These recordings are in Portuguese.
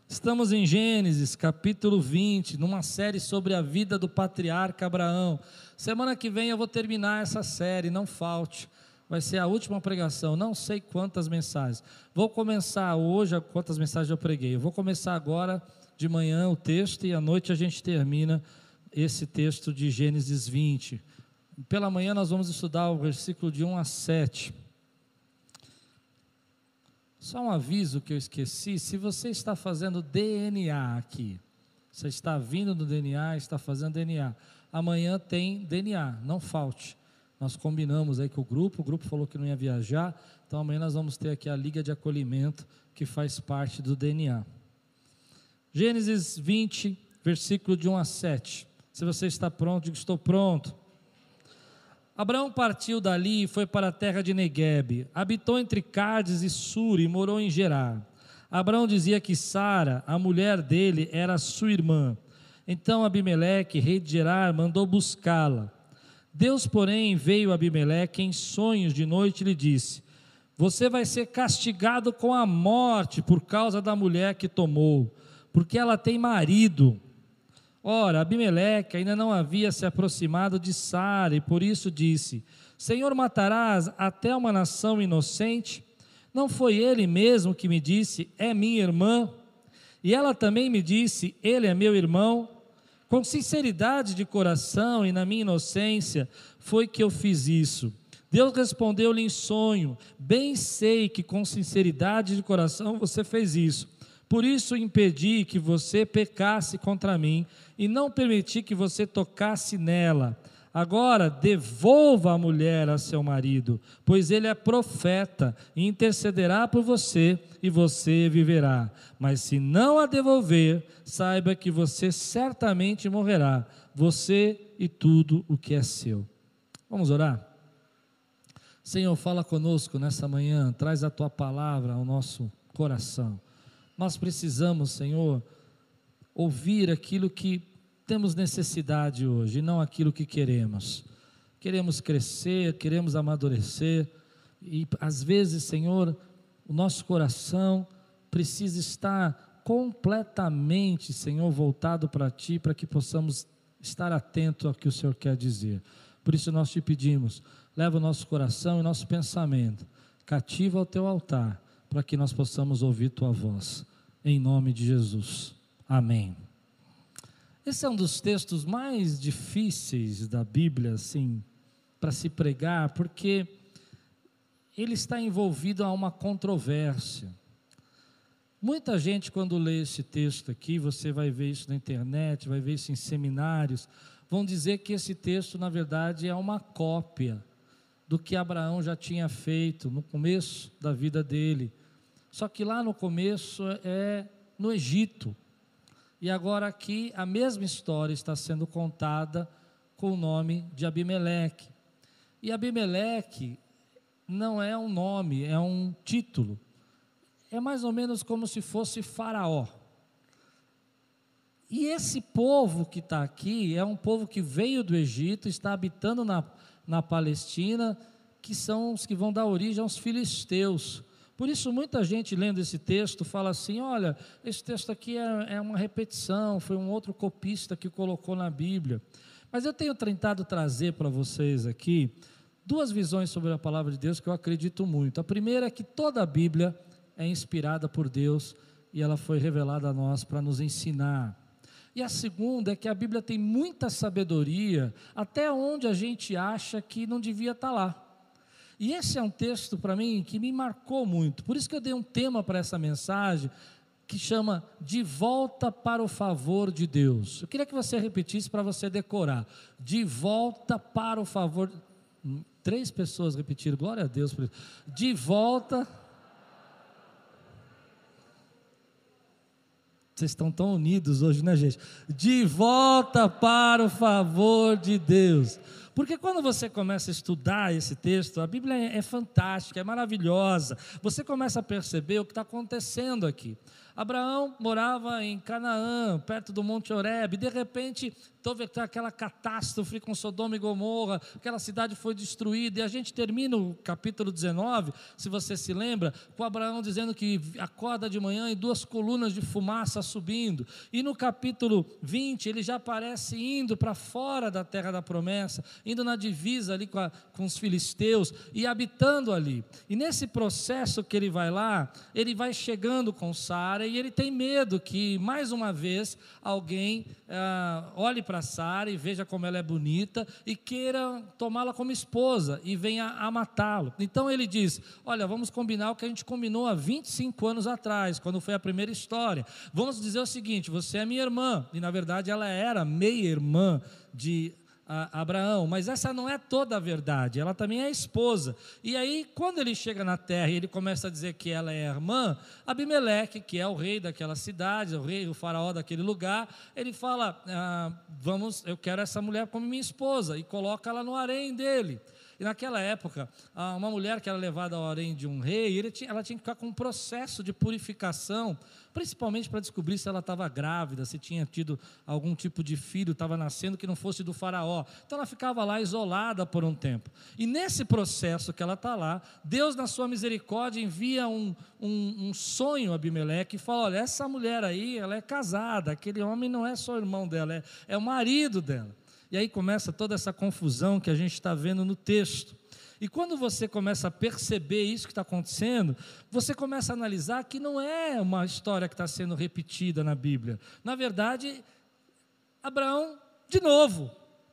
Estamos em Gênesis, capítulo 20, numa série sobre a vida do patriarca Abraão. Semana que vem eu vou terminar essa série, não falte. Vai ser a última pregação, não sei quantas mensagens. Vou começar hoje, quantas mensagens eu preguei. Eu vou começar agora de manhã o texto e à noite a gente termina esse texto de Gênesis 20. Pela manhã nós vamos estudar o versículo de 1 a 7. Só um aviso que eu esqueci: se você está fazendo DNA aqui, você está vindo do DNA, está fazendo DNA, amanhã tem DNA, não falte. Nós combinamos aí com o grupo falou que não ia viajar, então amanhã nós vamos ter aqui a Liga de Acolhimento, que faz parte do DNA. Gênesis 20, versículo de 1 a 7. Se você está pronto, diga: estou pronto. Abraão partiu dali e foi para a terra de Neguebe, habitou entre Cádiz e Suri e morou em Gerar. Abraão dizia que Sara, a mulher dele, era sua irmã. Então Abimeleque, rei de Gerar, mandou buscá-la. Deus, porém, veio a Abimeleque em sonhos de noite e lhe disse: você vai ser castigado com a morte por causa da mulher que tomou, porque ela tem marido. Ora, Abimeleque ainda não havia se aproximado de Sara e por isso disse: Senhor, matarás até uma nação inocente? Não foi ele mesmo que me disse: é minha irmã? E ela também me disse: ele é meu irmão? Com sinceridade de coração e na minha inocência foi que eu fiz isso. Deus respondeu-lhe em sonho: bem sei que com sinceridade de coração você fez isso. Por isso impedi que você pecasse contra mim e não permiti que você tocasse nela. Agora devolva a mulher a seu marido, pois ele é profeta e intercederá por você e você viverá. Mas se não a devolver, saiba que você certamente morrerá, você e tudo o que é seu. Vamos orar? Senhor, fala conosco nessa manhã, traz a tua palavra ao nosso coração. Nós precisamos, Senhor, ouvir aquilo que temos necessidade hoje, e não aquilo que queremos. Queremos crescer, queremos amadurecer, e às vezes, Senhor, o nosso coração precisa estar completamente, Senhor, voltado para Ti, para que possamos estar atento ao que o Senhor quer dizer. Por isso nós te pedimos, leva o nosso coração e nosso pensamento cativo ao Teu altar, para que nós possamos ouvir Tua voz, em nome de Jesus, amém. Esse é um dos textos mais difíceis da Bíblia, assim, para se pregar, porque ele está envolvido a uma controvérsia. Muita gente, quando lê esse texto aqui, você vai ver isso na internet, vai ver isso em seminários, vão dizer que esse texto, na verdade, é uma cópia do que Abraão já tinha feito no começo da vida dele. Só que lá no começo é no Egito, e agora aqui a mesma história está sendo contada com o nome de Abimeleque. E Abimeleque não é um nome, é um título. É mais ou menos como se fosse Faraó. E esse povo que está aqui é um povo que veio do Egito, está habitando na Palestina, que são os que vão dar origem aos filisteus. Por isso muita gente lendo esse texto fala assim: olha, esse texto aqui é uma repetição, foi um outro copista que colocou na Bíblia. Mas eu tenho tentado trazer para vocês aqui duas visões sobre a palavra de Deus que eu acredito muito. A primeira é que toda a Bíblia é inspirada por Deus e ela foi revelada a nós para nos ensinar. E a segunda é que a Bíblia tem muita sabedoria, até onde a gente acha que não devia estar lá. E esse é um texto para mim que me marcou muito, por isso que eu dei um tema para essa mensagem, que chama De Volta para o Favor de Deus. Eu queria que você repetisse para você decorar: de volta para o favor. 3 pessoas repetiram, glória a Deus por isso. De volta. Vocês estão tão unidos hoje, né, gente? De volta para o favor de Deus. Porque quando você começa a estudar esse texto, a Bíblia é fantástica, é maravilhosa. Você começa a perceber o que está acontecendo aqui. Abraão morava em Canaã, perto do Monte Horebe, e de repente houve aquela catástrofe com Sodoma e Gomorra, aquela cidade foi destruída, e a gente termina o capítulo 19, se você se lembra, com Abraão dizendo que acorda de manhã e 2 colunas de fumaça subindo, e no capítulo 20 ele já aparece indo para fora da terra da promessa, indo na divisa ali com os filisteus, e habitando ali, e nesse processo que ele vai lá, ele vai chegando com Sara, e ele tem medo que mais uma vez alguém olhe para Sara e veja como ela é bonita e queira tomá-la como esposa e venha a matá-lo. Então ele diz, olha, vamos combinar o que a gente combinou há 25 anos atrás, quando foi a primeira história. Vamos dizer o seguinte, você é minha irmã, e na verdade ela era meia-irmã de Abraão, mas essa não é toda a verdade, ela também é esposa. E aí, quando ele chega na terra e ele começa a dizer que ela é irmã, Abimeleque, que é o rei daquela cidade, o faraó daquele lugar, ele fala, eu quero essa mulher como minha esposa, e coloca ela no harém dele. E naquela época, uma mulher que era levada ao harém de um rei, ela tinha que ficar com um processo de purificação, principalmente para descobrir se ela estava grávida, se tinha tido algum tipo de filho, estava nascendo que não fosse do faraó. Então ela ficava lá isolada por um tempo. E nesse processo que ela está lá, Deus na sua misericórdia envia um sonho a Abimeleque e fala, olha, essa mulher aí, ela é casada, aquele homem não é só irmão dela, é o marido dela. E aí começa toda essa confusão que a gente está vendo no texto. E quando você começa a perceber isso que está acontecendo, você começa a analisar que não é uma história que está sendo repetida na Bíblia. Na verdade, Abraão, de novo,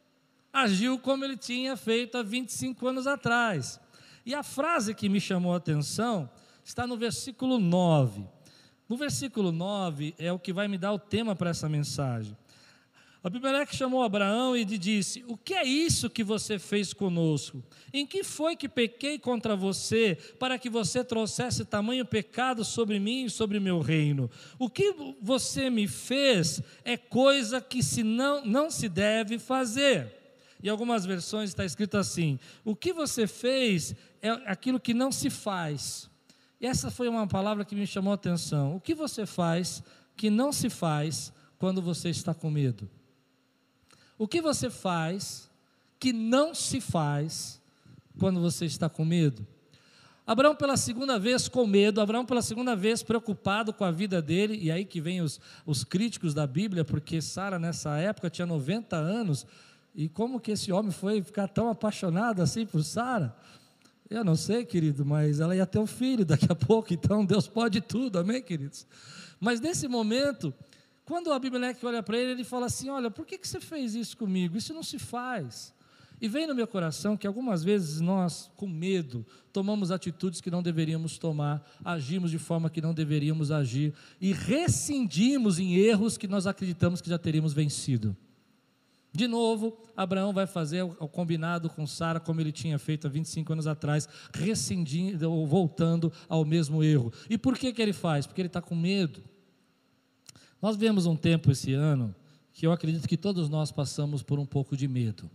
agiu como ele tinha feito há 25 anos atrás. E a frase que me chamou a atenção está no versículo 9. No versículo 9 é o que vai me dar o tema para essa mensagem. Abimeleque chamou Abraão e lhe disse, o que é isso que você fez conosco? Em que foi que pequei contra você, para que você trouxesse tamanho pecado sobre mim e sobre meu reino? O que você me fez é coisa que não se deve fazer. Em algumas versões está escrito assim, o que você fez é aquilo que não se faz. E essa foi uma palavra que me chamou a atenção. O que você faz que não se faz quando você está com medo? O que você faz que não se faz quando você está com medo? Abraão pela segunda vez com medo, Abraão pela segunda vez preocupado com a vida dele, e aí que vem os críticos da Bíblia, porque Sara nessa época tinha 90 anos, e como que esse homem foi ficar tão apaixonado assim por Sara? Eu não sei, querido, mas ela ia ter um filho daqui a pouco, então Deus pode tudo, amém, queridos? Mas nesse momento, quando o Abimeleque olha para ele, ele fala assim, olha, por que você fez isso comigo? Isso não se faz. E vem no meu coração que algumas vezes nós, com medo, tomamos atitudes que não deveríamos tomar, agimos de forma que não deveríamos agir, e rescindimos em erros que nós acreditamos que já teríamos vencido. De novo, Abraão vai fazer o combinado com Sara, como ele tinha feito há 25 anos atrás, rescindindo ou voltando ao mesmo erro. E por que ele faz? Porque ele está com medo. Nós vivemos um tempo esse ano que eu acredito que todos nós passamos por um pouco de medo.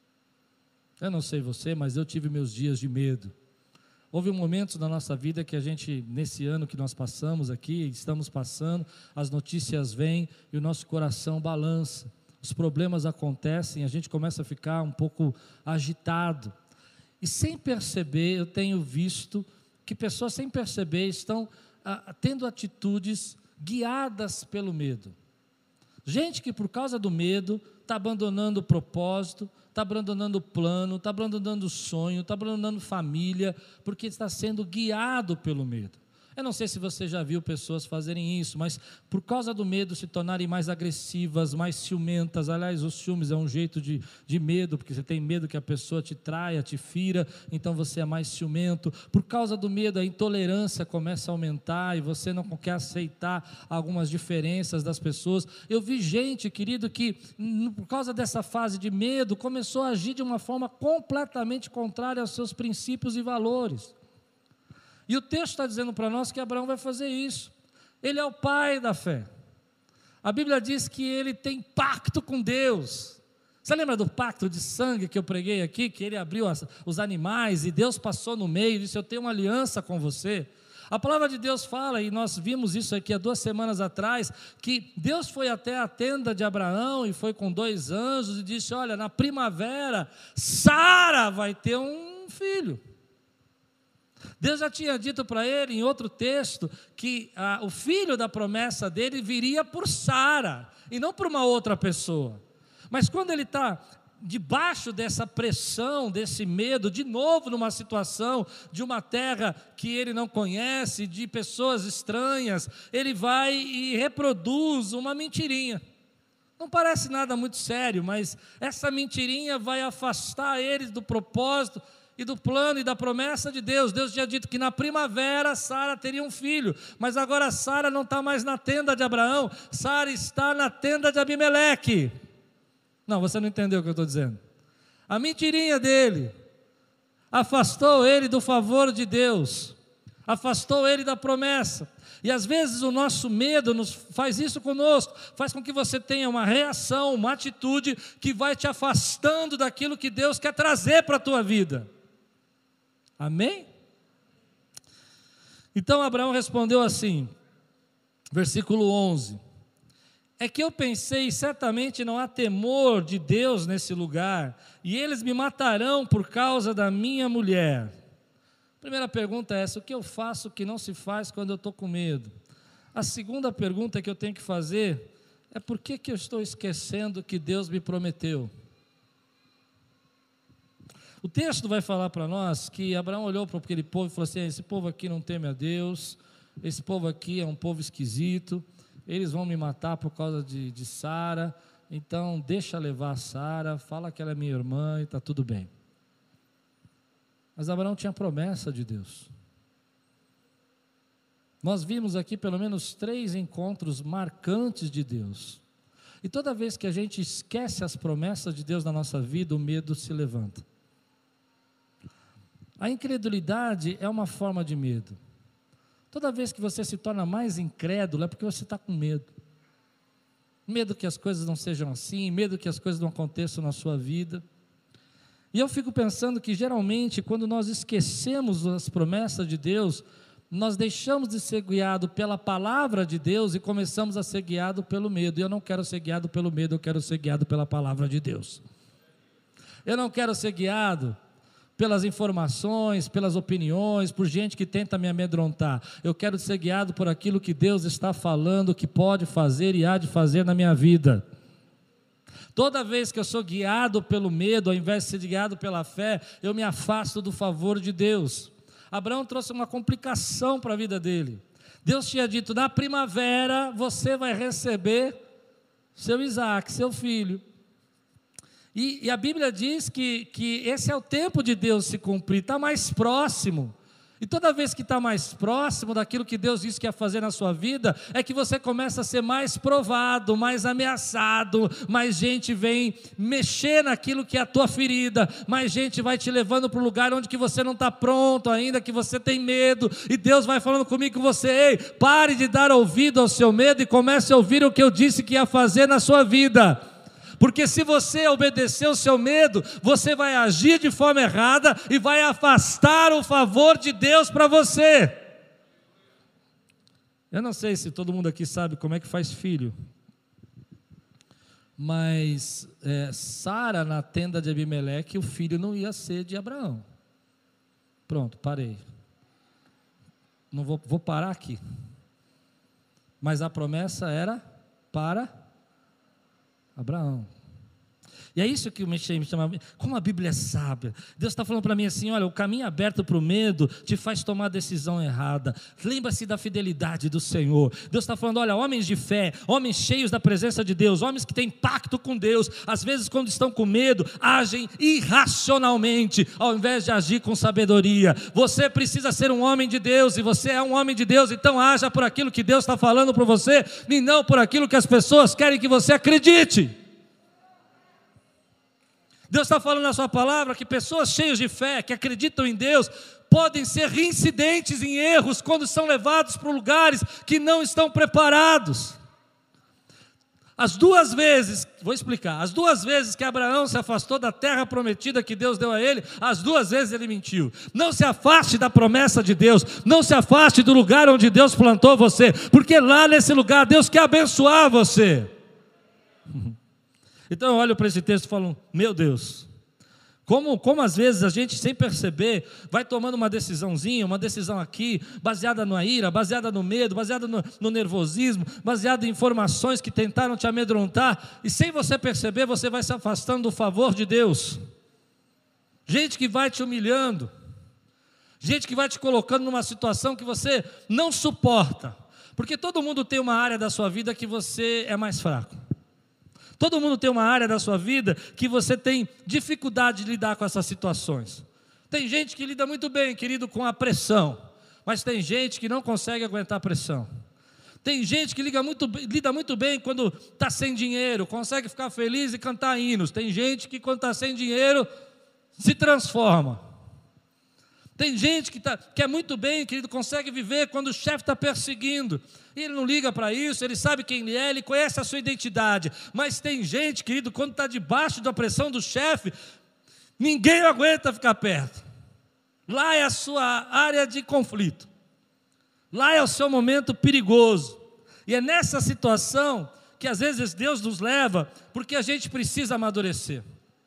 Eu não sei você, mas eu tive meus dias de medo. Houve momentos na nossa vida que a gente, nesse ano que nós passamos aqui, estamos passando, as notícias vêm e o nosso coração balança. Os problemas acontecem, a gente começa a ficar um pouco agitado. E sem perceber, eu tenho visto que pessoas sem perceber estão tendo atitudes guiadas pelo medo. Gente que por causa do medo está abandonando o propósito, está abandonando o plano, está abandonando o sonho, está abandonando família, porque está sendo guiado pelo medo. Eu não sei se você já viu pessoas fazerem isso, mas por causa do medo se tornarem mais agressivas, mais ciumentas. Aliás, os ciúmes é um jeito de medo, porque você tem medo que a pessoa te traia, te fira, então você é mais ciumento. Por causa do medo, a intolerância começa a aumentar e você não quer aceitar algumas diferenças das pessoas. Eu vi gente, querido, que por causa dessa fase de medo, começou a agir de uma forma completamente contrária aos seus princípios e valores. E o texto está dizendo para nós que Abraão vai fazer isso. Ele é o pai da fé. A Bíblia diz que ele tem pacto com Deus. Você lembra do pacto de sangue que eu preguei aqui, que ele abriu os animais e Deus passou no meio e disse: eu tenho uma aliança com você? A palavra de Deus fala, e nós vimos isso aqui há 2 semanas atrás, que Deus foi até a tenda de Abraão e foi com 2 anjos e disse: olha, na primavera Sara vai ter um filho. Deus já tinha dito para ele em outro texto que o filho da promessa dele viria por Sara e não por uma outra pessoa. Mas quando ele está debaixo dessa pressão, desse medo, de novo numa situação de uma terra que ele não conhece, de pessoas estranhas, ele vai e reproduz uma mentirinha. Não parece nada muito sério, mas essa mentirinha vai afastar eles do propósito e do plano e da promessa de Deus. Deus tinha dito que na primavera Sara teria um filho, mas agora Sara não está mais na tenda de Abraão, Sara está na tenda de Abimeleque. Não, você não entendeu o que eu estou dizendo. A mentirinha dele afastou ele do favor de Deus, afastou ele da promessa. E às vezes o nosso medo faz isso conosco, faz com que você tenha uma reação, uma atitude que vai te afastando daquilo que Deus quer trazer para a tua vida. Amém? Então Abraão respondeu assim, versículo 11: é que eu pensei, certamente não há temor de Deus nesse lugar, e eles me matarão por causa da minha mulher. Primeira pergunta é essa: o que eu faço que não se faz quando eu estou com medo? A segunda pergunta que eu tenho que fazer é: por que eu estou esquecendo que Deus me prometeu? O texto vai falar para nós que Abraão olhou para aquele povo e falou assim: esse povo aqui não teme a Deus, esse povo aqui é um povo esquisito, eles vão me matar por causa de Sara, então deixa levar Sara, fala que ela é minha irmã e está tudo bem. Mas Abraão tinha promessa de Deus. Nós vimos aqui pelo menos 3 encontros marcantes de Deus. E toda vez que a gente esquece as promessas de Deus na nossa vida, o medo se levanta. A incredulidade é uma forma de medo. Toda vez que você se torna mais incrédulo é porque você está com medo. Medo que as coisas não sejam assim, medo que as coisas não aconteçam na sua vida. E eu fico pensando que geralmente quando nós esquecemos as promessas de Deus, nós deixamos de ser guiados pela palavra de Deus e começamos a ser guiados pelo medo. E eu não quero ser guiado pelo medo, eu quero ser guiado pela palavra de Deus. Eu não quero ser guiado pelas informações, pelas opiniões, por gente que tenta me amedrontar. Eu quero ser guiado por aquilo que Deus está falando, que pode fazer e há de fazer na minha vida. Toda vez que eu sou guiado pelo medo, ao invés de ser guiado pela fé, eu me afasto do favor de Deus. Abraão trouxe uma complicação para a vida dele. Deus tinha dito: na primavera você vai receber seu Isaac, seu filho. E a Bíblia diz que esse é o tempo de Deus se cumprir, está mais próximo. E toda vez que está mais próximo daquilo que Deus disse que ia fazer na sua vida, é que você começa a ser mais provado, mais ameaçado, mais gente vem mexer naquilo que é a tua ferida, mais gente vai te levando para um lugar onde que você não está pronto ainda, que você tem medo, e Deus vai falando comigo com você: ei, pare de dar ouvido ao seu medo e comece a ouvir o que eu disse que ia fazer na sua vida. Porque se você obedecer o seu medo, você vai agir de forma errada e vai afastar o favor de Deus para você. Eu não sei se todo mundo aqui sabe como é que faz filho, mas Sara na tenda de Abimeleque, o filho não ia ser de Abraão. Pronto, parei. Não vou parar aqui. Mas a promessa era para Abraão. E é isso que me chama, como a Bíblia é sábia. Deus está falando para mim assim: olha, o caminho aberto para o medo te faz tomar a decisão errada. Lembra-se da fidelidade do Senhor. Deus está falando: olha, homens de fé, homens cheios da presença de Deus, homens que têm pacto com Deus, às vezes quando estão com medo, agem irracionalmente, ao invés de agir com sabedoria. Você precisa ser um homem de Deus, e você é um homem de Deus, então haja por aquilo que Deus está falando para você, e não por aquilo que as pessoas querem que você acredite. Deus está falando na sua palavra que pessoas cheias de fé, que acreditam em Deus, podem ser reincidentes em erros quando são levados para lugares que não estão preparados. As duas vezes, vou explicar, as duas vezes que Abraão se afastou da terra prometida que Deus deu a ele, as duas vezes ele mentiu. Não se afaste da promessa de Deus, não se afaste do lugar onde Deus plantou você, porque lá nesse lugar Deus quer abençoar você. Então eu olho para esse texto e falo, meu Deus, como às vezes a gente, sem perceber, vai tomando uma decisãozinha, uma decisão aqui, baseada na ira, baseada no medo, baseada no nervosismo, baseada em informações que tentaram te amedrontar, e sem você perceber, você vai se afastando do favor de Deus. Gente que vai te humilhando, gente que vai te colocando numa situação que você não suporta, porque todo mundo tem uma área da sua vida que você é mais fraco. Todo mundo tem uma área da sua vida que você tem dificuldade de lidar com essas situações. Tem gente que lida muito bem, querido, com a pressão, mas tem gente que não consegue aguentar a pressão. Tem gente que lida muito bem quando está sem dinheiro, consegue ficar feliz e cantar hinos. Tem gente que quando está sem dinheiro se transforma. Tem gente que quer muito bem, querido, consegue viver quando o chefe está perseguindo. E ele não liga para isso, ele sabe quem ele é, ele conhece a sua identidade. Mas tem gente, querido, quando está debaixo da pressão do chefe, ninguém aguenta ficar perto. Lá é a sua área de conflito. Lá é o seu momento perigoso. E é nessa situação que às vezes Deus nos leva, porque a gente precisa amadurecer.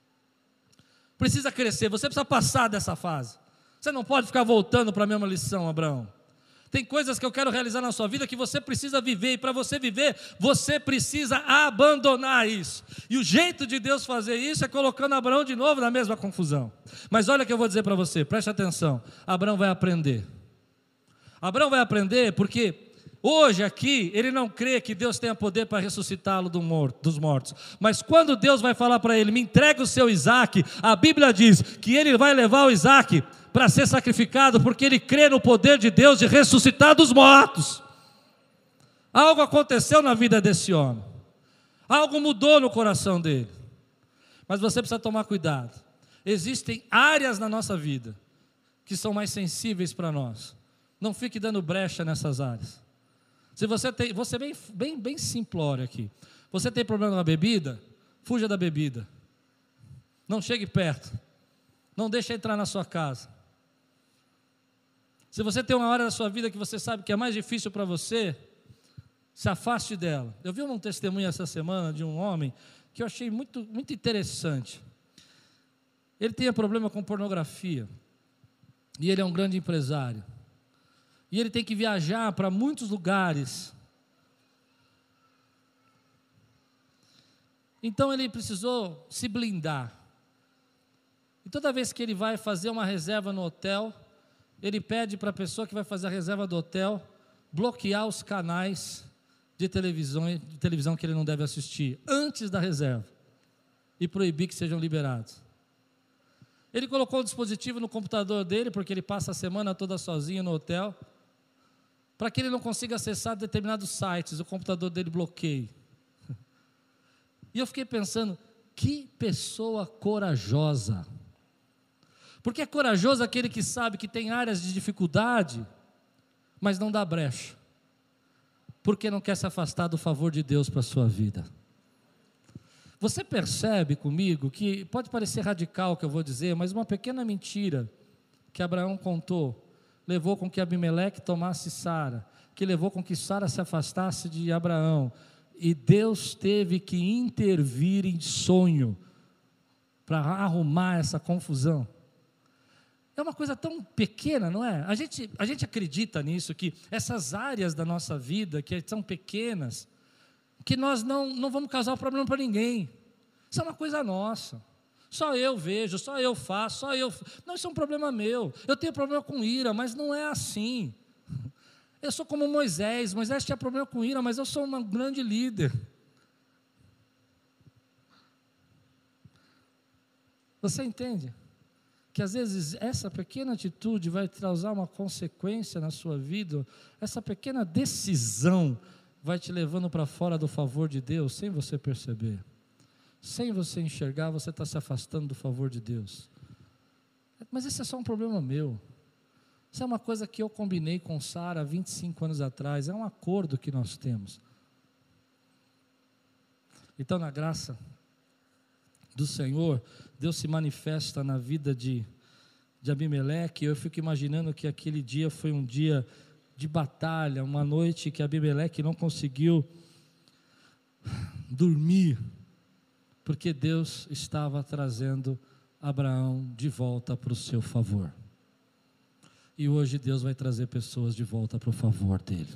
Precisa crescer, você precisa passar dessa fase. Você não pode ficar voltando para a mesma lição, Abraão. Tem coisas que eu quero realizar na sua vida que você precisa viver, e para você viver, você precisa abandonar isso. E o jeito de Deus fazer isso é colocando Abraão de novo na mesma confusão. Mas olha o que eu vou dizer para você, preste atenção, Abraão vai aprender. Abraão vai aprender porque hoje aqui, ele não crê que Deus tenha poder para ressuscitá-lo dos mortos. Mas quando Deus vai falar para ele, me entrega o seu Isaque, a Bíblia diz que ele vai levar o Isaque para ser sacrificado, porque ele crê no poder de Deus de ressuscitar dos mortos. Algo aconteceu na vida desse homem. Algo mudou no coração dele. Mas você precisa tomar cuidado. Existem áreas na nossa vida que são mais sensíveis para nós. Não fique dando brecha nessas áreas. Se você tem, vou ser bem simplório aqui. Você tem problema na bebida? Fuja da bebida. Não chegue perto. Não deixe entrar na sua casa. Se você tem uma área da sua vida que você sabe que é mais difícil para você, se afaste dela. Eu vi um testemunho essa semana de um homem que eu achei muito interessante. Ele tinha problema com pornografia. E ele é um grande empresário. E ele tem que viajar para muitos lugares. Então ele precisou se blindar. E toda vez que ele vai fazer uma reserva no hotel, ele pede para a pessoa que vai fazer a reserva do hotel bloquear os canais de televisão que ele não deve assistir antes da reserva e proibir que sejam liberados. Ele colocou um dispositivo no computador dele, porque ele passa a semana toda sozinho no hotel, para que ele não consiga acessar determinados sites, o computador dele bloqueie. E eu fiquei pensando, que pessoa corajosa. Porque é corajoso aquele que sabe que tem áreas de dificuldade, mas não dá brecha. Porque não quer se afastar do favor de Deus para a sua vida. Você percebe comigo que pode parecer radical o que eu vou dizer, mas uma pequena mentira que Abraão contou levou com que Abimeleque tomasse Sara, que levou com que Sara se afastasse de Abraão, e Deus teve que intervir em sonho para arrumar essa confusão. É uma coisa tão pequena, não é? A gente acredita nisso, que essas áreas da nossa vida, que são pequenas, que nós não vamos causar problema para ninguém. Isso é uma coisa nossa. Só eu vejo, só eu faço, só eu... Não, isso é um problema meu. Eu tenho problema com ira, mas não é assim. Eu sou como Moisés. Moisés tinha problema com ira, mas eu sou um grande líder. Você entende? Que às vezes essa pequena atitude vai causar uma consequência na sua vida, essa pequena decisão vai te levando para fora do favor de Deus, sem você perceber. Sem você enxergar, você está se afastando do favor de Deus. Mas esse é só um problema meu. Isso é uma coisa que eu combinei com Sara há 25 anos atrás, é um acordo que nós temos. Então, na graça do Senhor, Deus se manifesta na vida de Abimeleque. Eu fico imaginando que aquele dia foi um dia de batalha, uma noite que Abimeleque não conseguiu dormir, porque Deus estava trazendo Abraão de volta para o seu favor. E hoje Deus vai trazer pessoas de volta para o favor dele.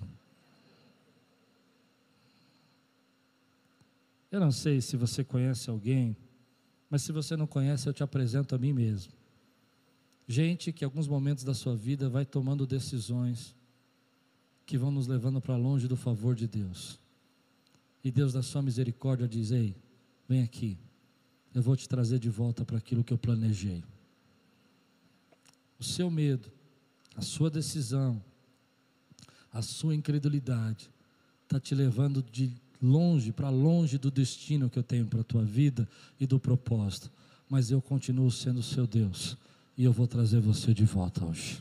Eu não sei se você conhece alguém, mas se você não conhece, eu te apresento a mim mesmo. Gente que em alguns momentos da sua vida vai tomando decisões que vão nos levando para longe do favor de Deus. E Deus da sua misericórdia diz: ei, vem aqui, eu vou te trazer de volta para aquilo que eu planejei. O seu medo, a sua decisão, a sua incredulidade está te levando de longe, para longe do destino que eu tenho para a tua vida e do propósito. Mas eu continuo sendo o seu Deus e eu vou trazer você de volta hoje.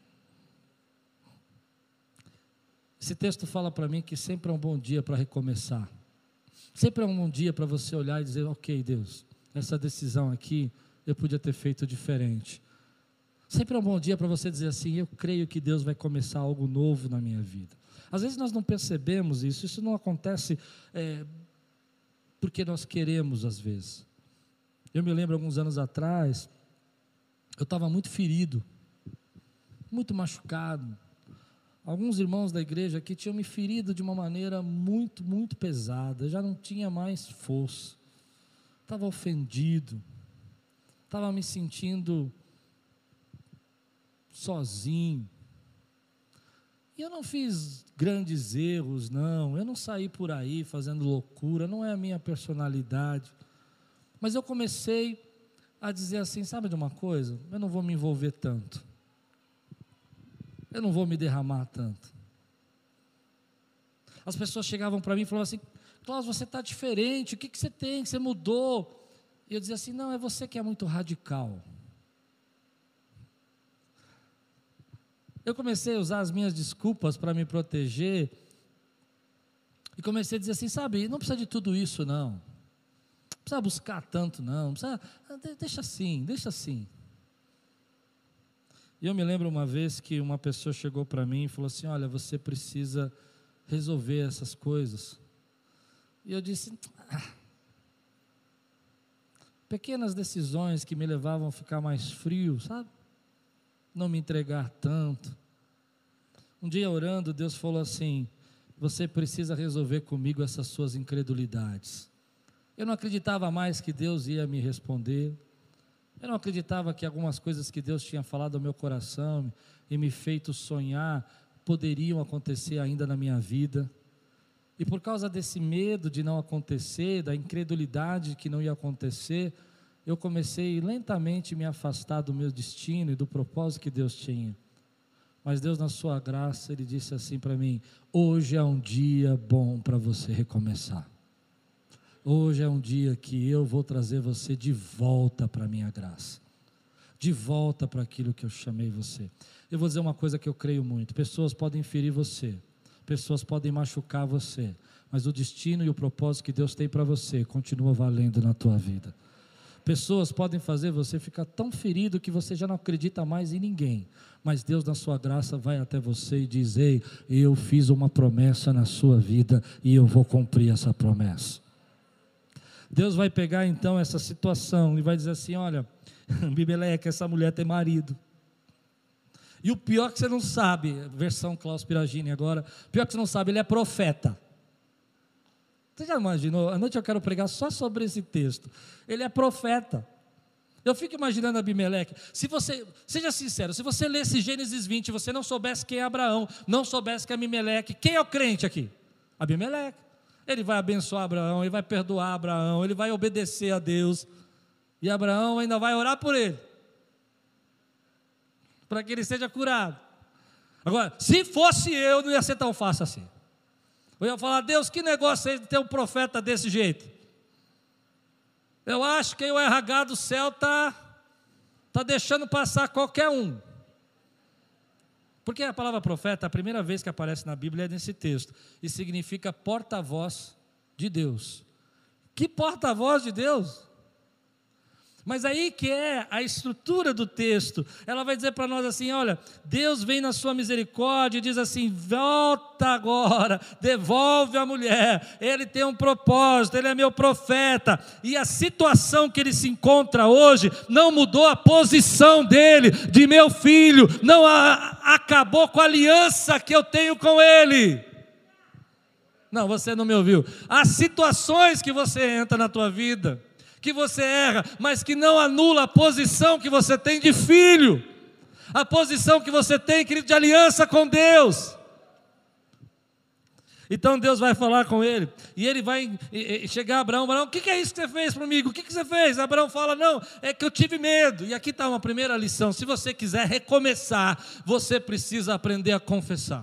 Esse texto fala para mim que sempre é um bom dia para recomeçar. Sempre é um bom dia para você olhar e dizer: ok, Deus, essa decisão aqui eu podia ter feito diferente. Sempre é um bom dia para você dizer assim: eu creio que Deus vai começar algo novo na minha vida. Às vezes nós não percebemos isso não acontece porque nós queremos às vezes. Eu me lembro alguns anos atrás, eu estava muito ferido, muito machucado. Alguns irmãos da igreja aqui tinham me ferido de uma maneira muito, muito pesada. Eu já não tinha mais força, estava ofendido, estava me sentindo sozinho. E eu não fiz grandes erros, não. Eu não saí por aí fazendo loucura, não é a minha personalidade. Mas eu comecei a dizer assim: sabe de uma coisa? Eu não vou me envolver tanto. Eu não vou me derramar tanto. As pessoas chegavam para mim e falavam assim: Cláudio, você está diferente, o que você tem? Você mudou. E eu dizia assim: não, é você que é muito radical. Eu comecei a usar as minhas desculpas para me proteger e comecei a dizer assim: sabe, não precisa de tudo isso não, não precisa buscar tanto não precisa, deixa assim. E eu me lembro uma vez que uma pessoa chegou para mim e falou assim: olha, você precisa resolver essas coisas. E eu disse: pequenas decisões que me levavam a ficar mais frio, sabe? Não me entregar tanto. Um dia orando, Deus falou assim: você precisa resolver comigo essas suas incredulidades. Eu não acreditava mais que Deus ia me responder. Eu não acreditava que algumas coisas que Deus tinha falado ao meu coração e me feito sonhar poderiam acontecer ainda na minha vida. E por causa desse medo de não acontecer, da incredulidade que não ia acontecer, eu comecei lentamente a me afastar do meu destino e do propósito que Deus tinha. Mas Deus, na sua graça, Ele disse assim para mim: hoje é um dia bom para você recomeçar. Hoje é um dia que eu vou trazer você de volta para a minha graça, de volta para aquilo que eu chamei você. Eu vou dizer uma coisa que eu creio muito: pessoas podem ferir você, pessoas podem machucar você, mas o destino e o propósito que Deus tem para você continua valendo na tua vida. Pessoas podem fazer você ficar tão ferido que você já não acredita mais em ninguém, mas Deus, na sua graça, vai até você e diz: ei, eu fiz uma promessa na sua vida e eu vou cumprir essa promessa. Deus vai pegar então essa situação e vai dizer assim: olha, Abimeleque, essa mulher tem marido. E o pior que você não sabe, versão Klaus Piragini agora, pior que você não sabe, ele é profeta. Você já imaginou? À noite eu quero pregar só sobre esse texto. Ele é profeta. Eu fico imaginando Abimeleque. Seja sincero, se você lesse Gênesis 20 e você não soubesse quem é Abraão, não soubesse quem é Abimeleque, quem é o crente aqui? Abimeleque. Ele vai abençoar Abraão, ele vai perdoar Abraão, ele vai obedecer a Deus. E Abraão ainda vai orar por ele, para que ele seja curado. Agora, se fosse eu, não ia ser tão fácil assim. Eu ia falar: Deus, que negócio é de ter um profeta desse jeito? Eu acho que o RH do céu está deixando passar qualquer um. Porque a palavra profeta, a primeira vez que aparece na Bíblia é nesse texto, e significa porta-voz de Deus. Que porta-voz de Deus! Mas aí que é a estrutura do texto. Ela vai dizer para nós assim, olha, Deus vem na sua misericórdia e diz assim, volta agora, devolve a mulher, ele tem um propósito, ele é meu profeta, e a situação que ele se encontra hoje, não mudou a posição dele, de meu filho, não acabou com a aliança que eu tenho com ele. Não, você não me ouviu. As situações que você entra na tua vida, que você erra, mas que não anula a posição que você tem de filho, a posição que você tem, querido, de aliança com Deus. Então Deus vai falar com ele, e ele vai chegar a Abraão, o que é isso que você fez comigo? O que você fez? Abraão fala, não, é que eu tive medo. E aqui está uma primeira lição, se você quiser recomeçar, você precisa aprender a confessar.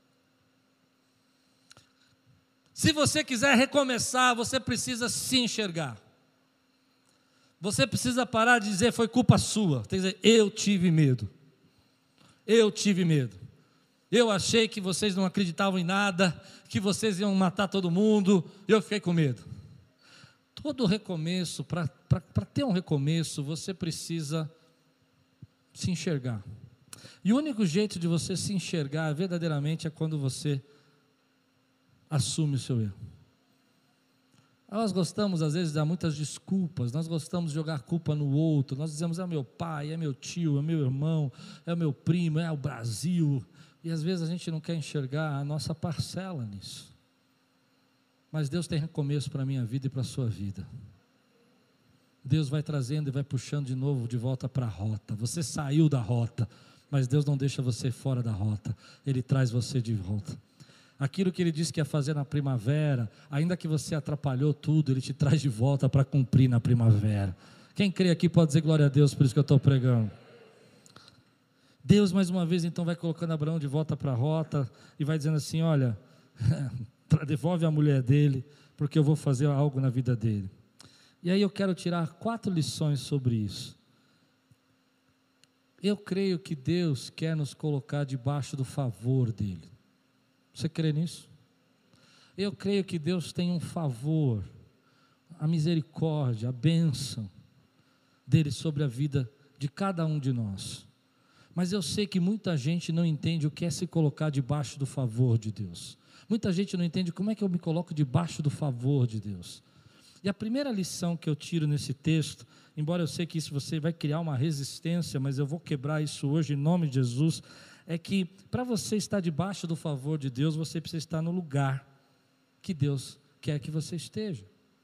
Se você quiser recomeçar, você precisa se enxergar. Você precisa parar de dizer, foi culpa sua. Tem que dizer, eu tive medo. Eu tive medo. Eu achei que vocês não acreditavam em nada, que vocês iam matar todo mundo, eu fiquei com medo. Todo recomeço, para ter um recomeço, você precisa se enxergar. E o único jeito de você se enxergar verdadeiramente é quando você assume o seu erro. Nós gostamos às vezes de dar muitas desculpas, nós gostamos de jogar culpa no outro, nós dizemos, é meu pai, é meu tio, é meu irmão, é o meu primo, é o Brasil, e às vezes a gente não quer enxergar a nossa parcela nisso. Mas Deus tem recomeço para a minha vida e para a sua vida. Deus vai trazendo e vai puxando de novo de volta para a rota. Você saiu da rota, mas Deus não deixa você fora da rota, Ele traz você de volta. Aquilo que Ele disse que ia fazer na primavera, ainda que você atrapalhou tudo, Ele te traz de volta para cumprir na primavera. Quem crê aqui pode dizer glória a Deus, por isso que eu estou pregando. Deus mais uma vez então vai colocando Abraão de volta para a rota, e vai dizendo assim, olha, devolve a mulher dele, porque eu vou fazer algo na vida dele. E aí eu quero tirar 4 lições sobre isso. Eu creio que Deus quer nos colocar debaixo do favor dele. Você crê nisso? Eu creio que Deus tem um favor, a misericórdia, a bênção dele sobre a vida de cada um de nós. Mas eu sei que muita gente não entende o que é se colocar debaixo do favor de Deus. Muita gente não entende como é que eu me coloco debaixo do favor de Deus. E a primeira lição que eu tiro nesse texto, embora eu sei que isso você vai criar uma resistência, mas eu vou quebrar isso hoje em nome de Jesus, é que para você estar debaixo do favor de Deus, você precisa estar no lugar que Deus quer que você esteja.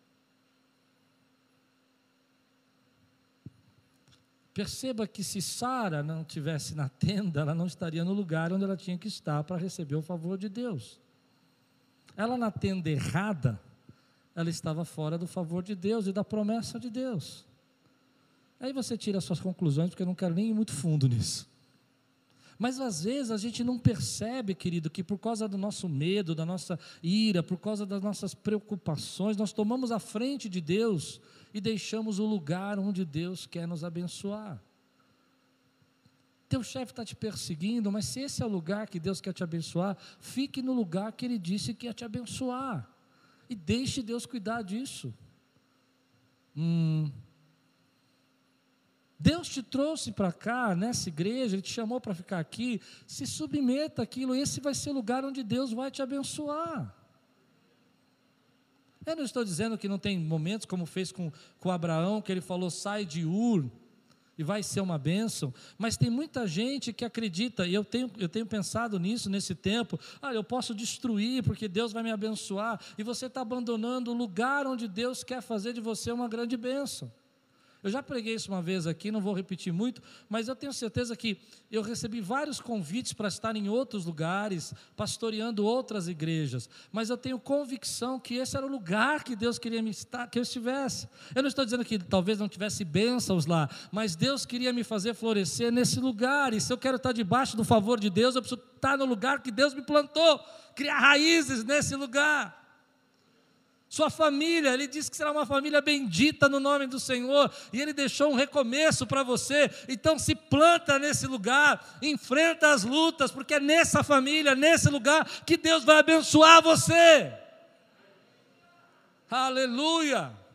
Perceba que se Sara não estivesse na tenda, ela não estaria no lugar onde ela tinha que estar para receber o favor de Deus. Ela na tenda errada, ela estava fora do favor de Deus e da promessa de Deus. Aí você tira as suas conclusões, porque eu não quero nem ir muito fundo nisso. Mas às vezes a gente não percebe, querido, que por causa do nosso medo, da nossa ira, por causa das nossas preocupações, nós tomamos a frente de Deus e deixamos o lugar onde Deus quer nos abençoar. Teu chefe está te perseguindo, mas se esse é o lugar que Deus quer te abençoar, fique no lugar que Ele disse que ia te abençoar, e deixe Deus cuidar disso. Deus te trouxe para cá, nessa igreja, Ele te chamou para ficar aqui, se submeta àquilo, esse vai ser o lugar onde Deus vai te abençoar. Eu não estou dizendo que não tem momentos, como fez com Abraão, que ele falou, sai de Ur, e vai ser uma bênção, mas tem muita gente que acredita, e eu tenho pensado nisso nesse tempo, eu posso destruir, porque Deus vai me abençoar, e você está abandonando o lugar onde Deus quer fazer de você uma grande bênção. Eu já preguei isso uma vez aqui, não vou repetir muito, mas eu tenho certeza que eu recebi vários convites para estar em outros lugares, pastoreando outras igrejas, mas eu tenho convicção que esse era o lugar que Deus queria que eu estivesse. Eu não estou dizendo que talvez não tivesse bênçãos lá, mas Deus queria me fazer florescer nesse lugar, e se eu quero estar debaixo do favor de Deus, eu preciso estar no lugar que Deus me plantou, criar raízes nesse lugar. Sua família, Ele disse que será uma família bendita no nome do Senhor, e Ele deixou um recomeço para você, então se planta nesse lugar, enfrenta as lutas, porque é nessa família, nesse lugar, que Deus vai abençoar você. Aleluia!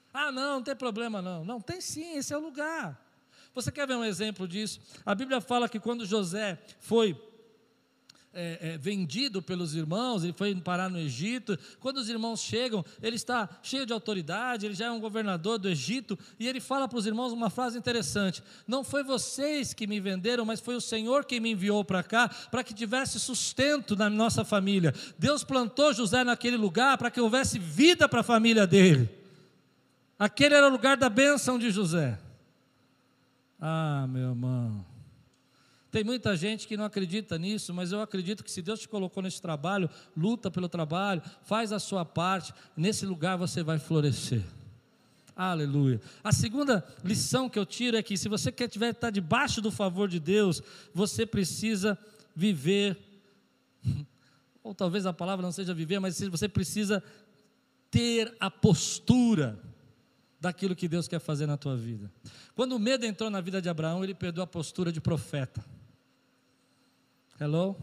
Ah, não, não tem problema não. Não, tem sim, esse é o lugar. Você quer ver um exemplo disso? A Bíblia fala que quando José foi vendido pelos irmãos, ele foi parar no Egito. Quando os irmãos chegam, ele está cheio de autoridade, ele já é um governador do Egito, e ele fala para os irmãos uma frase interessante: não foi vocês que me venderam, mas foi o Senhor que me enviou para cá, para que tivesse sustento na nossa família. Deus plantou José naquele lugar para que houvesse vida para a família dele. Aquele era o lugar da bênção de José. Ah, meu irmão, tem muita gente que não acredita nisso, mas eu acredito que se Deus te colocou nesse trabalho, luta pelo trabalho, faz a sua parte, nesse lugar você vai florescer. Aleluia. A segunda lição que eu tiro é que se você quer estar debaixo do favor de Deus, você precisa viver, ou talvez a palavra não seja viver, mas você precisa ter a postura daquilo que Deus quer fazer na tua vida. Quando o medo entrou na vida de Abraão, ele perdeu a postura de profeta. Hello?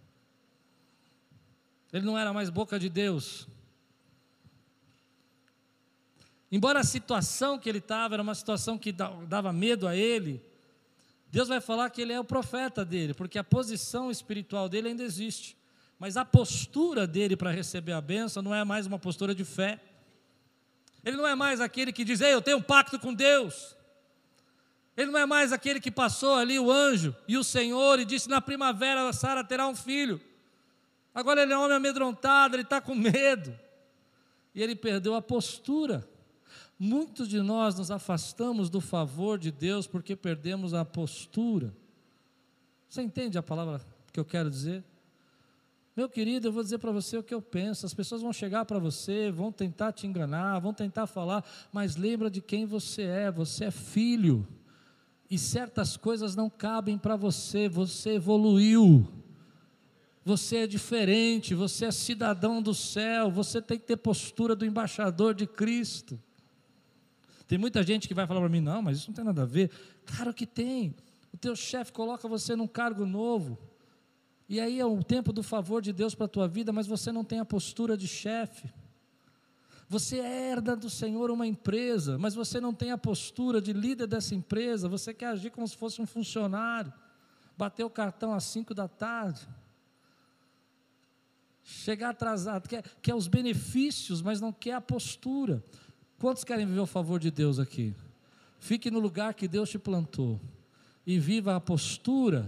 Ele não era mais boca de Deus. Embora a situação que ele estava era uma situação que dava medo a ele, Deus vai falar que ele é o profeta dele, porque a posição espiritual dele ainda existe. Mas a postura dele para receber a bênção não é mais uma postura de fé. Ele não é mais aquele que diz: ei, eu tenho um pacto com Deus. Ele não é mais aquele que passou ali o anjo e o Senhor e disse: na primavera Sara terá um filho. Agora ele é um homem amedrontado, ele está com medo. E ele perdeu a postura. Muitos de nós nos afastamos do favor de Deus porque perdemos a postura. Você entende a palavra que eu quero dizer? Meu querido, eu vou dizer para você o que eu penso. As pessoas vão chegar para você, vão tentar te enganar, vão tentar falar, mas lembra de quem você é filho, e certas coisas não cabem para você, você evoluiu, você é diferente, você é cidadão do céu, você tem que ter postura do embaixador de Cristo. Tem muita gente que vai falar para mim: não, mas isso não tem nada a ver. Claro que tem. O teu chefe coloca você num cargo novo, e aí é o tempo do favor de Deus para a tua vida, mas você não tem a postura de chefe. Você herda do Senhor uma empresa, mas você não tem a postura de líder dessa empresa. Você quer agir como se fosse um funcionário, bater o cartão às 5 da tarde, chegar atrasado, quer os benefícios, mas não quer a postura. Quantos querem viver o favor de Deus aqui? Fique no lugar que Deus te plantou e viva a postura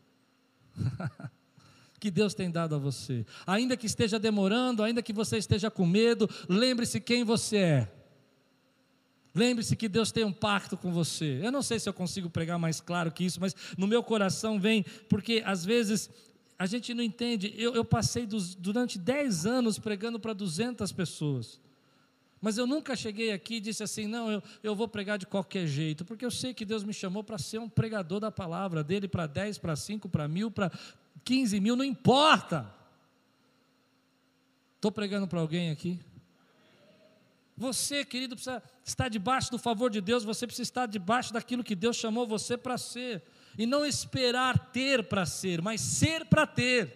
que Deus tem dado a você. Ainda que esteja demorando, ainda que você esteja com medo, lembre-se quem você é. Lembre-se que Deus tem um pacto com você. Eu não sei se eu consigo pregar mais claro que isso, mas no meu coração vem, porque às vezes a gente não entende. Eu passei durante 10 anos pregando para 200 pessoas, mas eu nunca cheguei aqui e disse assim: não, eu vou pregar de qualquer jeito, porque eu sei que Deus me chamou para ser um pregador da palavra dele, para 10, para 5, para 1000, para 15 mil, não importa. Estou pregando para alguém aqui? Você, querido, precisa estar debaixo do favor de Deus. Você precisa estar debaixo daquilo que Deus chamou você para ser, e não esperar ter para ser, mas ser para ter.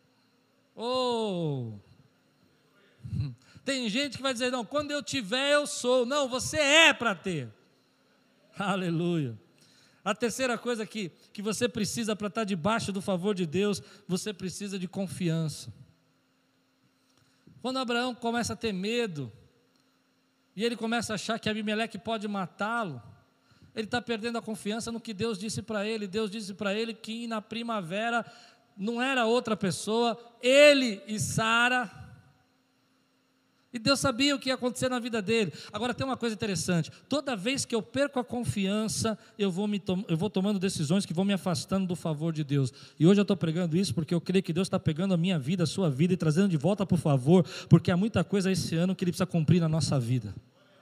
Tem gente que vai dizer: não, quando eu tiver eu sou. Não, você é para ter. Aleluia. A terceira coisa que você precisa para estar debaixo do favor de Deus, você precisa de confiança. Quando Abraão começa a ter medo, e ele começa a achar que Abimeleque pode matá-lo, ele está perdendo a confiança no que Deus disse para ele. Deus disse para ele que na primavera não era outra pessoa, ele e Sara. E Deus sabia o que ia acontecer na vida dele. Agora tem uma coisa interessante: toda vez que eu perco a confiança, eu vou tomando decisões que vão me afastando do favor de Deus. E hoje eu estou pregando isso porque eu creio que Deus está pegando a minha vida, a sua vida, e trazendo de volta para o favor, porque há muita coisa esse ano que Ele precisa cumprir na nossa vida.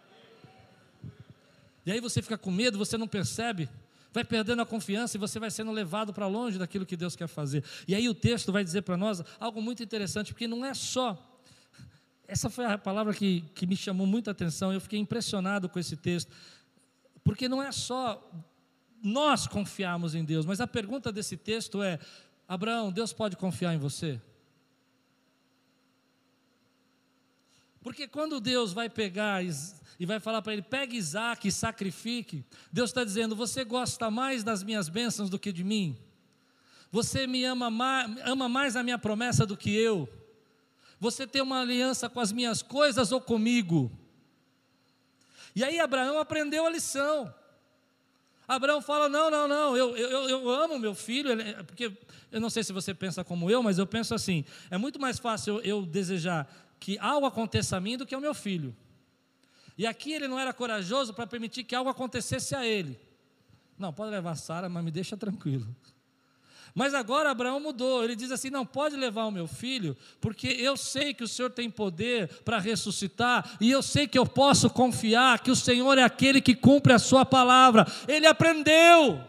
E aí você fica com medo, você não percebe, vai perdendo a confiança e você vai sendo levado para longe daquilo que Deus quer fazer. E aí o texto vai dizer para nós algo muito interessante, porque não é só... Essa foi a palavra que me chamou muita atenção. Eu fiquei impressionado com esse texto, porque não é só nós confiarmos em Deus, mas a pergunta desse texto é: Abraão, Deus pode confiar em você? Porque quando Deus vai pegar e vai falar para ele: pegue Isaac e sacrifique. Deus está dizendo: você gosta mais das minhas bênçãos do que de mim? Você me ama mais a minha promessa do que eu? Você tem uma aliança com as minhas coisas ou comigo? E aí Abraão aprendeu a lição. Abraão fala: não, eu amo meu filho, porque eu não sei se você pensa como eu, mas eu penso assim: é muito mais fácil eu desejar que algo aconteça a mim do que ao meu filho. E aqui ele não era corajoso para permitir que algo acontecesse a ele. Não, pode levar Sara, mas me deixa tranquilo. Mas agora Abraão mudou, ele diz assim: não, pode levar o meu filho, porque eu sei que o Senhor tem poder para ressuscitar, e eu sei que eu posso confiar que o Senhor é aquele que cumpre a sua palavra. Ele aprendeu,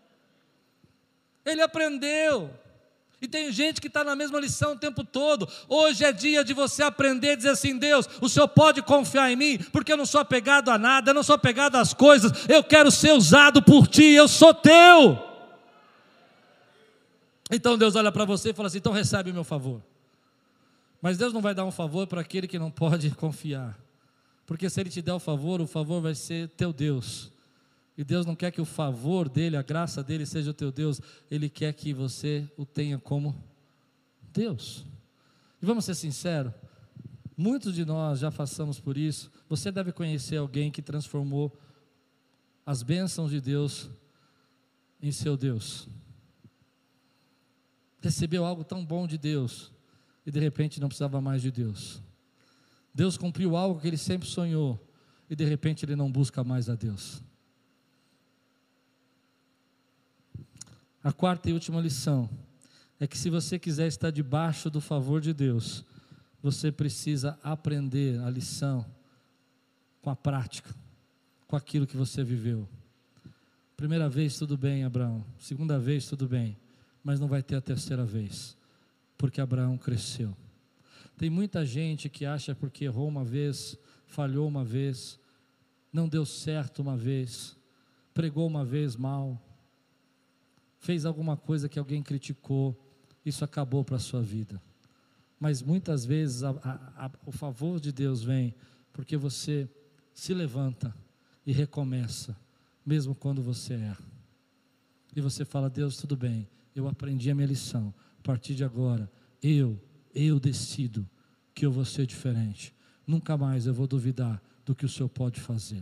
e tem gente que está na mesma lição o tempo todo. Hoje é dia de você aprender a dizer assim: Deus, o Senhor pode confiar em mim, porque eu não sou apegado a nada, eu não sou apegado às coisas, eu quero ser usado por Ti, eu sou Teu. Então Deus olha para você e fala assim: então recebe o meu favor. Mas Deus não vai dar um favor para aquele que não pode confiar, porque se Ele te der o favor vai ser teu Deus, e Deus não quer que o favor dEle, a graça dEle seja o teu Deus, Ele quer que você o tenha como Deus. E vamos ser sinceros, muitos de nós já passamos por isso. Você deve conhecer alguém que transformou as bênçãos de Deus em seu Deus. Recebeu algo tão bom de Deus e de repente não precisava mais de Deus. Deus cumpriu algo que ele sempre sonhou e de repente ele não busca mais a Deus. A quarta e última lição é que se você quiser estar debaixo do favor de Deus, você precisa aprender a lição com a prática, com aquilo que você viveu. Primeira vez tudo bem, Abraão. Segunda vez tudo bem. Mas não vai ter a terceira vez, porque Abraão cresceu. Tem muita gente que acha porque errou uma vez, falhou uma vez, não deu certo uma vez, pregou uma vez mal, fez alguma coisa que alguém criticou, isso acabou para a sua vida. Mas muitas vezes o favor de Deus vem porque você se levanta e recomeça, mesmo quando você erra. E você fala: Deus, tudo bem, eu aprendi a minha lição, a partir de agora, eu decido que eu vou ser diferente, nunca mais eu vou duvidar do que o Senhor pode fazer.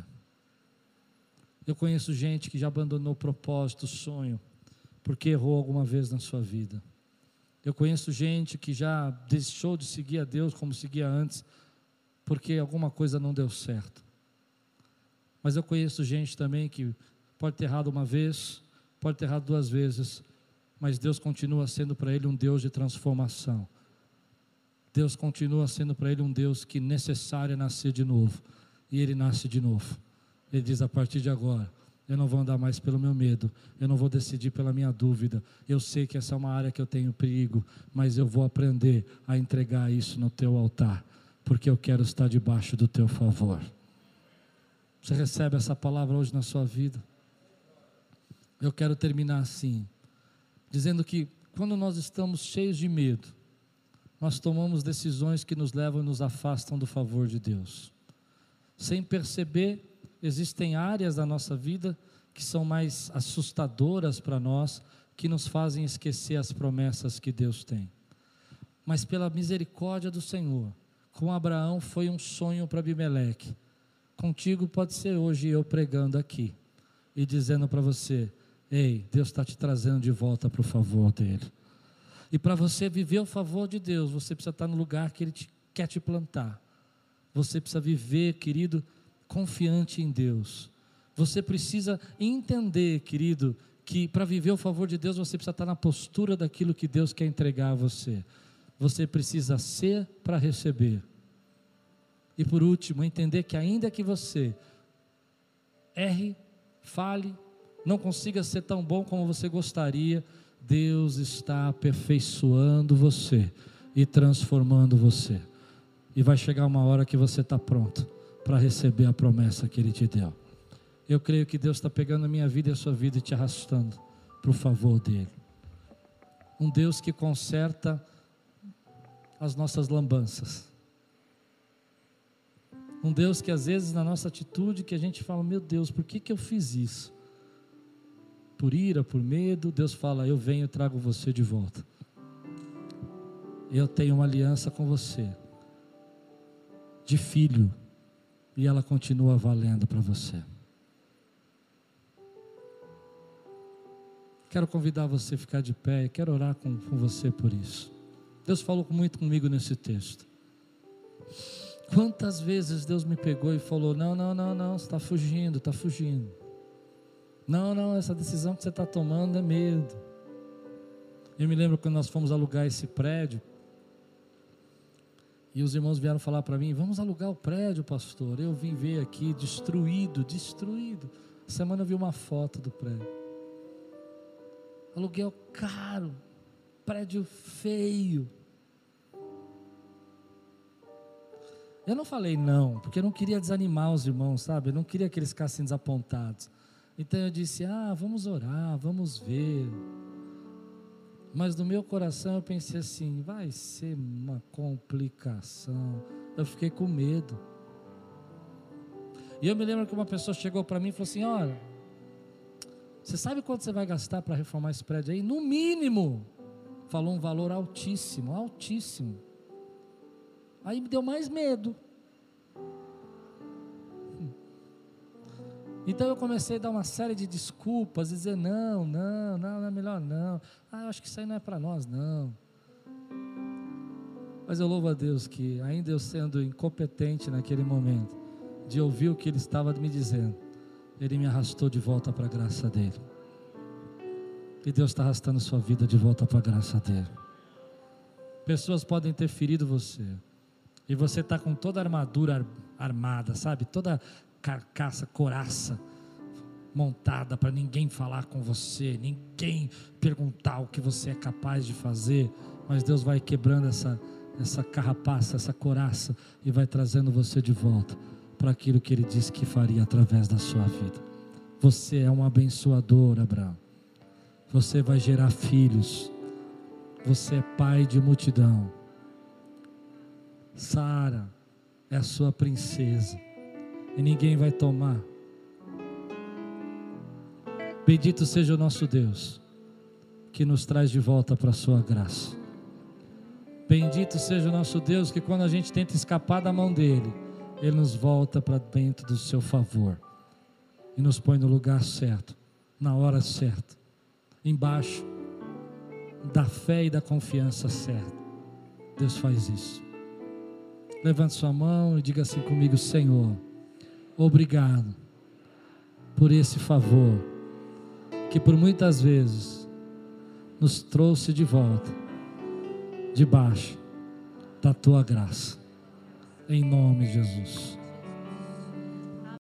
Eu conheço gente que já abandonou o propósito, o sonho, porque errou alguma vez na sua vida. Eu conheço gente que já deixou de seguir a Deus como seguia antes, porque alguma coisa não deu certo. Mas eu conheço gente também que pode ter errado uma vez, pode ter errado duas vezes, mas Deus continua sendo para ele um Deus de transformação. Deus continua sendo para ele um Deus que necessário é nascer de novo, e ele nasce de novo. Ele diz: a partir de agora, eu não vou andar mais pelo meu medo, eu não vou decidir pela minha dúvida, eu sei que essa é uma área que eu tenho perigo, mas eu vou aprender a entregar isso no teu altar, porque eu quero estar debaixo do teu favor. Você recebe essa palavra hoje na sua vida? Eu quero terminar assim, dizendo que quando nós estamos cheios de medo, nós tomamos decisões que nos levam e nos afastam do favor de Deus. Sem perceber, existem áreas da nossa vida que são mais assustadoras para nós, que nos fazem esquecer as promessas que Deus tem. Mas pela misericórdia do Senhor, com Abraão foi um sonho para Abimeleque. Contigo pode ser hoje eu pregando aqui e dizendo para você: ei, Deus está te trazendo de volta para o favor dEle. E para você viver o favor de Deus, você precisa estar no lugar que Ele quer te plantar. Você precisa viver, querido, confiante em Deus. Você precisa entender, querido, que para viver o favor de Deus, você precisa estar na postura daquilo que Deus quer entregar a você. Você precisa ser para receber. E por último, entender que ainda que você erre, fale, não consiga ser tão bom como você gostaria, Deus está aperfeiçoando você e transformando você. E vai chegar uma hora que você está pronto para receber a promessa que Ele te deu. Eu creio que Deus está pegando a minha vida e a sua vida e te arrastando para o favor dEle. Um Deus que conserta as nossas lambanças. Um Deus que às vezes na nossa atitude que a gente fala, meu Deus, por que eu fiz isso? Por ira, por medo, Deus fala, eu venho e trago você de volta. Eu tenho uma aliança com você, de filho, e ela continua valendo para você. Quero convidar você a ficar de pé, quero orar com você por isso. Deus falou muito comigo nesse texto. Quantas vezes Deus me pegou e falou, não, você está fugindo, Não, essa decisão que você está tomando é medo. Eu me lembro quando nós fomos alugar esse prédio, e os irmãos vieram falar para mim, vamos alugar o prédio, pastor. Eu vim ver aqui, destruído. Semana eu vi uma foto do prédio. Aluguel caro, prédio feio. Eu não falei não, porque eu não queria desanimar os irmãos, sabe? Eu não queria que eles ficassem desapontados. Então eu disse, vamos orar, vamos ver. Mas no meu coração eu pensei assim, vai ser uma complicação. Eu fiquei com medo. E eu me lembro que uma pessoa chegou para mim e falou assim, olha, você sabe quanto você vai gastar para reformar esse prédio aí? No mínimo. Falou um valor altíssimo. Aí me deu mais medo. Então eu comecei a dar uma série de desculpas, dizer não, é melhor não. Eu acho que isso aí não é para nós não. Mas eu louvo a Deus que, ainda eu sendo incompetente naquele momento, de ouvir o que Ele estava me dizendo, Ele me arrastou de volta para a graça dEle. E Deus está arrastando sua vida de volta para a graça dEle. Pessoas podem ter ferido você, e você está com toda a armadura armada, sabe? Toda carcaça, couraça montada para ninguém falar com você, ninguém perguntar o que você é capaz de fazer, mas Deus vai quebrando essa carrapaça, essa couraça, e vai trazendo você de volta para aquilo que Ele disse que faria através da sua vida. Você é um abençoador, Abraão. Você vai gerar filhos. Você é pai de multidão. Sara é a sua princesa, e ninguém vai tomar. Bendito seja o nosso Deus, que nos traz de volta para a sua graça. Bendito seja o nosso Deus, que quando a gente tenta escapar da mão dEle, Ele nos volta para dentro do seu favor, e nos põe no lugar certo, na hora certa, embaixo da fé e da confiança certa. Deus faz isso. Levante sua mão e diga assim comigo: Senhor, obrigado por esse favor, que por muitas vezes nos trouxe de volta, debaixo da Tua graça, em nome de Jesus.